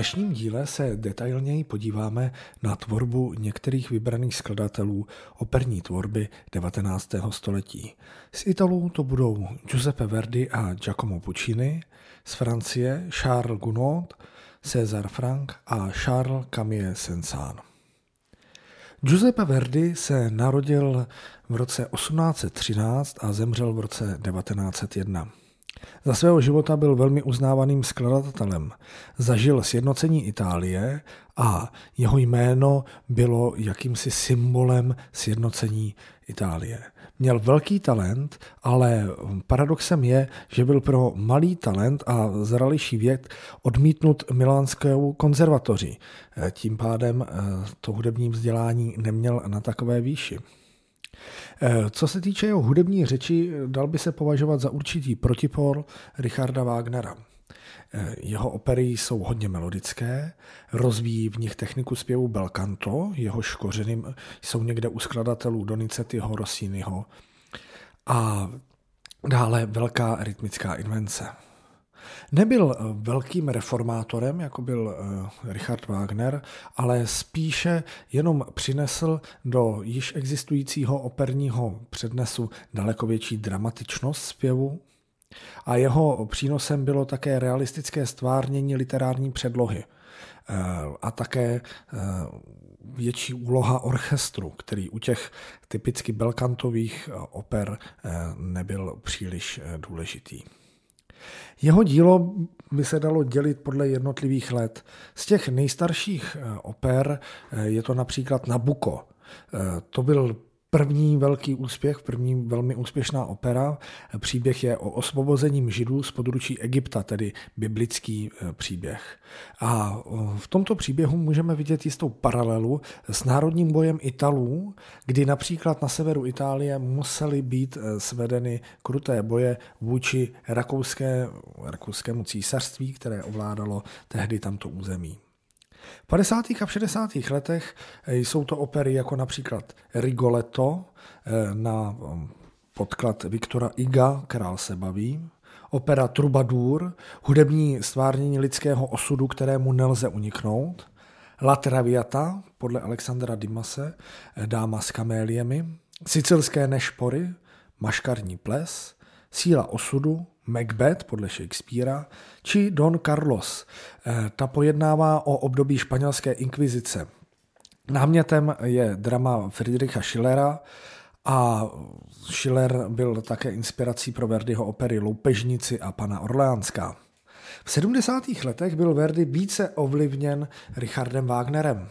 dnešním díle se detailněji podíváme na tvorbu některých vybraných skladatelů operní tvorby 19. století. Z Italů to budou Giuseppe Verdi a Giacomo Puccini, z Francie Charles Gounod, César Franck a Charles Camille Saint-Saëns. Giuseppe Verdi se narodil v roce 1813 a zemřel v roce 1901. Za svého života byl velmi uznávaným skladatelem. Zažil sjednocení Itálie a jeho jméno bylo jakýmsi symbolem sjednocení Itálie. Měl velký talent, ale paradoxem je, že byl pro malý talent a zralejší věk odmítnut milánskou konzervatoří. Tím pádem to hudební vzdělání neměl na takové výši. Co se týče jeho hudební řeči, dal by se považovat za určitý protipól Richarda Wagnera. Jeho opery jsou hodně melodické, rozvíjí v nich techniku zpěvu bel canto, jehož kořeny jsou někde u skladatelů Donizettiho, Rossiniho a dále velká rytmická invence. Nebyl velkým reformátorem, jako byl Richard Wagner, ale spíše jenom přinesl do již existujícího operního přednesu daleko větší dramatičnost zpěvu a jeho přínosem bylo také realistické stvárnění literární předlohy a také větší úloha orchestru, který u těch typicky belcantových oper nebyl příliš důležitý. Jeho dílo by se dalo dělit podle jednotlivých let. Z těch nejstarších oper je to například Nabucco. To byl první velký úspěch, první velmi úspěšná opera. Příběh je o osvobození Židů z područí Egypta, tedy biblický příběh. A v tomto příběhu můžeme vidět jistou paralelu s národním bojem Italů, kdy například na severu Itálie musely být svedeny kruté boje vůči rakouskému císařství, které ovládalo tehdy tamto území. V 50. a 60. letech jsou to opery jako například Rigoletto na podklad Viktora Huga, Král se baví, opera Troubadour, hudební stvárnění lidského osudu, kterému nelze uniknout, La Traviata podle Alexandra Dimase, Dáma s kaméliemi, Sicilské nešpory, Maškarní ples, Síla osudu, Macbeth podle Shakespearea, či Don Carlos. Ta pojednává o období španělské inkvizice. Námětem je drama Friedricha Schillera a Schiller byl také inspirací pro Verdiho opery Loupežníci a Panna Orleánská. V 70. letech byl Verdi více ovlivněn Richardem Wagnerem.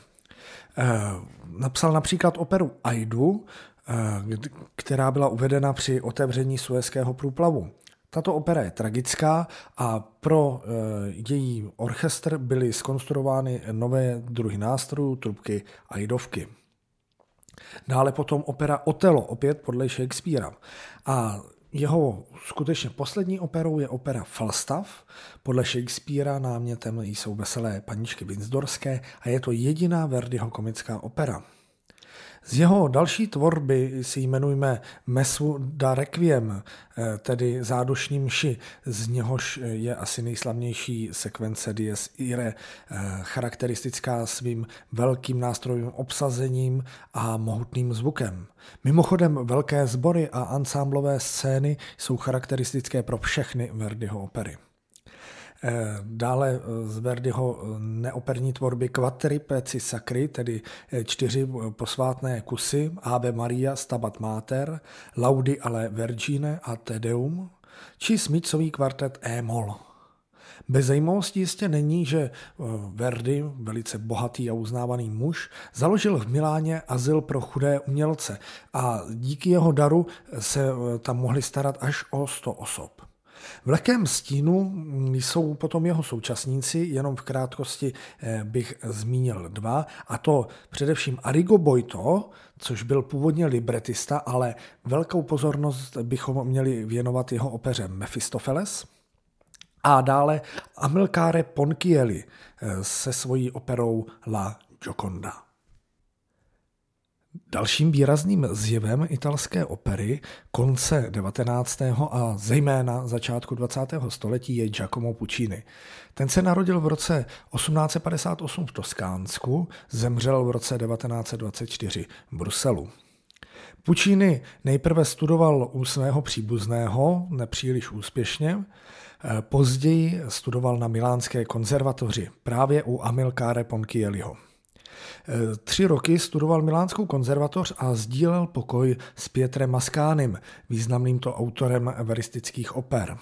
Napsal například operu Aidu, která byla uvedena při otevření Suezského průplavu. Tato opera je tragická a pro její orchestr byly zkonstruovány nové druhy nástrojů, trubky a aidovky. Dále potom opera Otello, opět podle Shakespearea. A jeho skutečně poslední operou je opera Falstaff. Podle Shakespearea námětem jsou Veselé paníčky Windsdorské a je to jediná Verdiho komická opera. Z jeho další tvorby si jmenujeme Messu da Requiem, tedy zádušní mši, z něhož je asi nejslavnější sekvence Dies Irae, charakteristická svým velkým nástrojovým obsazením a mohutným zvukem. Mimochodem velké sbory a ansámblové scény jsou charakteristické pro všechny Verdiho opery. Dále z Verdiho neoperní tvorby Quattri pezzi sacri, tedy 4 posvátné kusy, Ave Maria, Stabat Mater, Laudi alle Vergine a Te Deum, či smyčcový kvartet E-moll. Bez zajímavosti jistě není, že Verdi, velice bohatý a uznávaný muž, založil v Miláně azyl pro chudé umělce a díky jeho daru se tam mohli starat až o 100 osob. V lehkém stínu jsou potom jeho současníci, jenom v krátkosti bych zmínil 2, a to především Arrigo Boito, což byl původně libretista, ale velkou pozornost bychom měli věnovat jeho opeře Mephistopheles, a dále Amilcare Ponchielli se svojí operou La Gioconda. Dalším výrazným zjevem italské opery konce 19. a zejména začátku 20. století je Giacomo Puccini. Ten se narodil v roce 1858 v Toskánsku, zemřel v roce 1924 v Bruselu. Puccini nejprve studoval u svého příbuzného, nepříliš úspěšně, později studoval na milánské konzervatoři, právě u Amilcare Ponchielliho. 3 roky studoval Milánskou konzervatoř a sdílel pokoj s Pietrem Mascanim, významným to autorem veristických oper.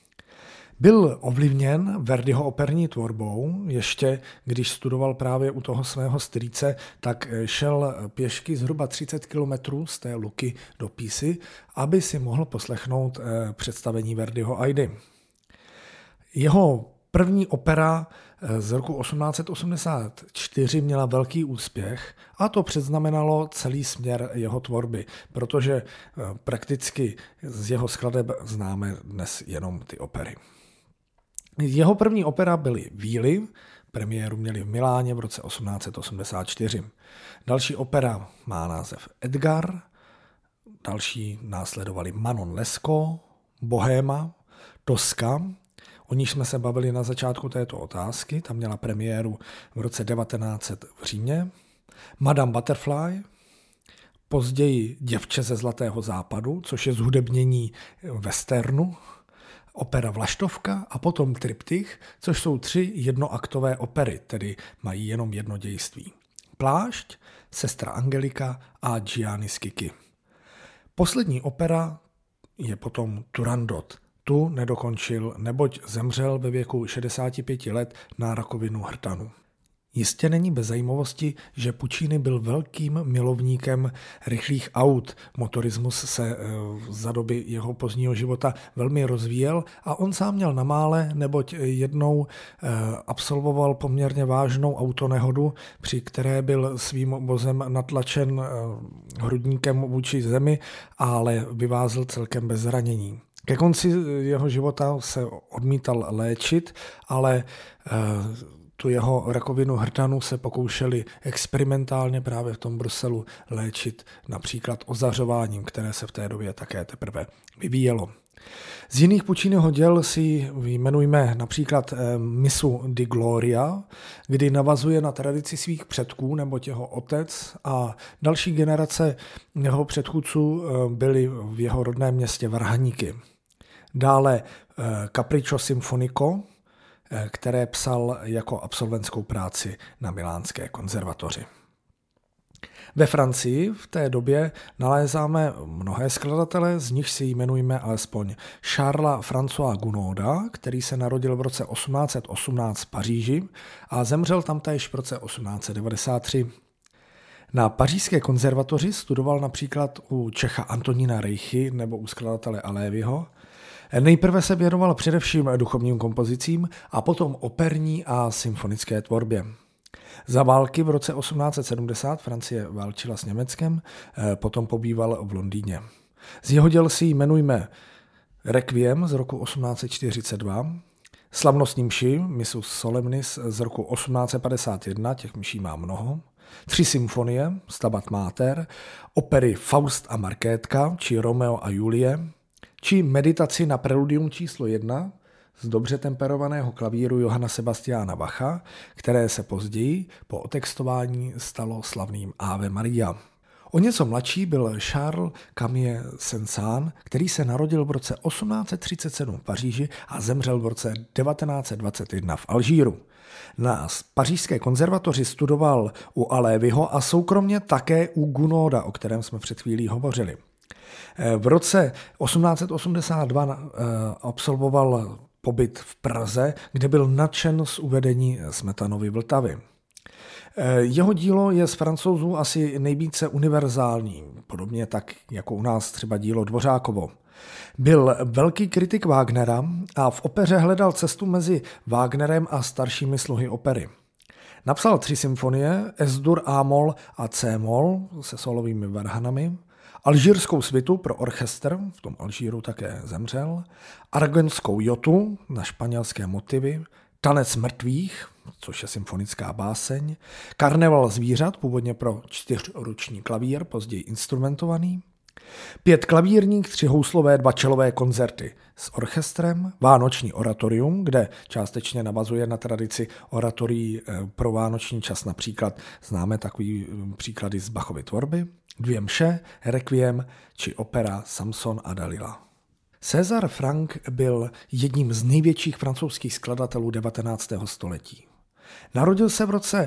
Byl ovlivněn Verdiho operní tvorbou, ještě když studoval právě u toho svého strýce, tak šel pěšky zhruba 30 kilometrů z té Luky do Písy, aby si mohl poslechnout představení Verdiho Aidy. Jeho první opera z roku 1884 měla velký úspěch a to předznamenalo celý směr jeho tvorby, protože prakticky z jeho skladeb známe dnes jenom ty opery. Jeho první opera byly Víly, premiéru měli v Miláně v roce 1884. Další opera má název Edgar, další následovali Manon Lescaut, Bohéma, Tosca, o níž jsme se bavili na začátku této otázky, tam měla premiéru v roce 1900 v Římě, Madame Butterfly, později Děvče ze Zlatého západu, což je zhudebnění westernu, opera Vlaštovka a potom Triptych, což jsou 3 jednoaktové opery, tedy mají jenom jedno dějství. Plášť, Sestra Angelika a Gianni Schicchi. Poslední opera je potom Turandot. Tu nedokončil, neboť zemřel ve věku 65 let na rakovinu hrtanu. Jistě není bez zajímavosti, že Puccini byl velkým milovníkem rychlých aut. Motorismus se za doby jeho pozdního života velmi rozvíjel a on sám měl na mále, neboť jednou absolvoval poměrně vážnou autonehodu, při které byl svým vozem natlačen hrudníkem vůči zemi, ale vyvázl celkem bez zranění. Ke konci jeho života se odmítal léčit, ale tu jeho rakovinu hrtanu se pokoušeli experimentálně právě v tom Bruselu léčit například ozařováním, které se v té době také teprve vyvíjelo. Z jiných Pucciniho děl si jmenujme například Misu di Gloria, kdy navazuje na tradici svých předků, neboť jeho otec a další generace jeho předchůdců byli v jeho rodném městě Varhaníky. Dále Capriccio Sinfonico, které psal jako absolventskou práci na Milánské konzervatoři. Ve Francii v té době nalézáme mnohé skladatele, z nich si jmenujeme alespoň Charlesa Françoise Gounoda, který se narodil v roce 1818 v Paříži a zemřel tamtéž v roce 1893. Na Pařížské konzervatoři studoval například u Čecha Antonína Reichy nebo u skladatele Alévyho. Nejprve se věnoval především duchovním kompozicím a potom operní a symfonické tvorbě. Za války v roce 1870 Francie válčila s Německem, potom pobýval v Londýně. Z jeho děl si jmenujme Requiem z roku 1842, Slavnostní mši, Missus Solemnis z roku 1851, těch mší má mnoho, 3 symfonie, Stabat Mater, opery Faust a Markétka, či Romeo a Julie, či meditaci na preludium číslo 1 z dobře temperovaného klavíru Johanna Sebastiana Bacha, které se později po otextování stalo slavným Ave Maria. O něco mladší byl Charles Camille Saint-Saëns, který se narodil v roce 1837 v Paříži a zemřel v roce 1921 v Alžíru. Na pařížské konzervatoři studoval u Alévyho a soukromně také u Gounoda, o kterém jsme před chvílí hovořili. V roce 1882 absolvoval pobyt v Praze, kde byl nadšen z uvedení Smetanovy Vltavy. Jeho dílo je z Francouzů asi nejvíce univerzální, podobně tak jako u nás třeba dílo Dvořákovo. Byl velký kritik Wagnera a v opeře hledal cestu mezi Wagnerem a staršími slohy opery. Napsal 3 symfonie, Es-dur, A-moll a C-moll se solovými varhanami, Alžírskou svitu pro orchestr, v tom Alžíru také zemřel, Aragonetskou jotu na španělské motivy, Tanec mrtvých, což je symfonická báseň, Karneval zvířat, původně pro 4ruční klavír, později instrumentovaný, 5 klavírních, 3 houslové, 2 čelové koncerty s orchestrem, Vánoční oratorium, kde částečně navazuje na tradici oratorií pro vánoční čas, například známe takový příklady z Bachovy tvorby, 2 mše, requiem či opera Samson a Dalila. César Franck byl jedním z největších francouzských skladatelů 19. století. Narodil se v roce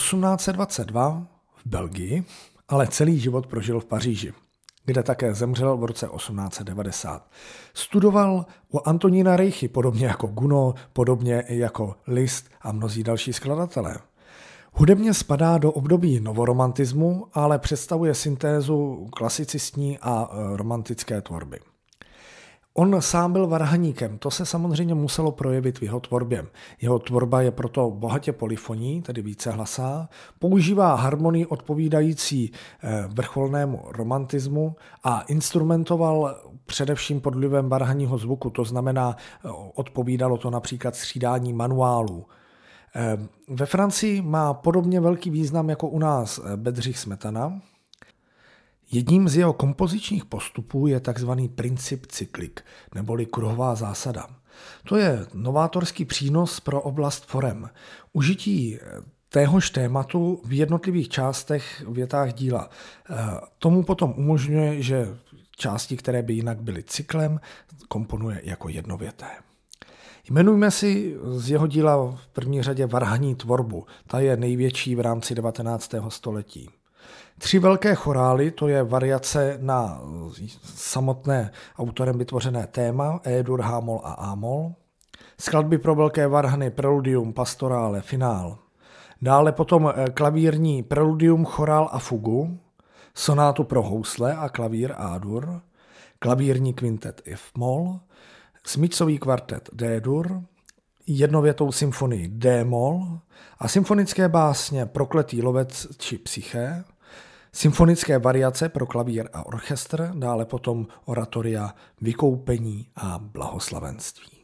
1822 v Belgii, ale celý život prožil v Paříži, kde také zemřel v roce 1890. Studoval u Antonína Reichy, podobně jako Gounod, podobně jako Liszt a mnozí další skladatelé. Hudebně spadá do období novoromantismu, ale představuje syntézu klasicistní a romantické tvorby. On sám byl varhaníkem, to se samozřejmě muselo projevit v jeho tvorbě. Jeho tvorba je proto bohatě polyfonní, tedy vícehlasá, používá harmonii odpovídající vrcholnému romantismu a instrumentoval především pod vlivem varhaního zvuku, to znamená, odpovídalo to například střídání manuálů. Ve Francii má podobně velký význam jako u nás Bedřich Smetana. Jedním z jeho kompozičních postupů je tzv. Princip cyklik, neboli kruhová zásada. To je novátorský přínos pro oblast forem. Užití téhož tématu v jednotlivých částech, větách díla. Tomu potom umožňuje, že části, které by jinak byly cyklem, komponuje jako jednověté. Jmenujme si z jeho díla v první řadě varhaní tvorbu. Ta je největší v rámci 19. století. 3 velké chorály, to je variace na samotné autorem vytvořené téma, E-dur, H-mol a A-mol. Skladby pro velké varhany, preludium, pastorále, finál. Dále potom klavírní preludium, chorál a fugu, sonátu pro housle a klavír A-dur, klavírní kvintet F-mol, smyčcový kvartet D-dur, jednovětou symfonii D-mol a symfonické básně Prokletý lovec či Psyché, symfonické variace pro klavír a orchestr, dále potom oratoria Vykoupení a Blahoslavenství.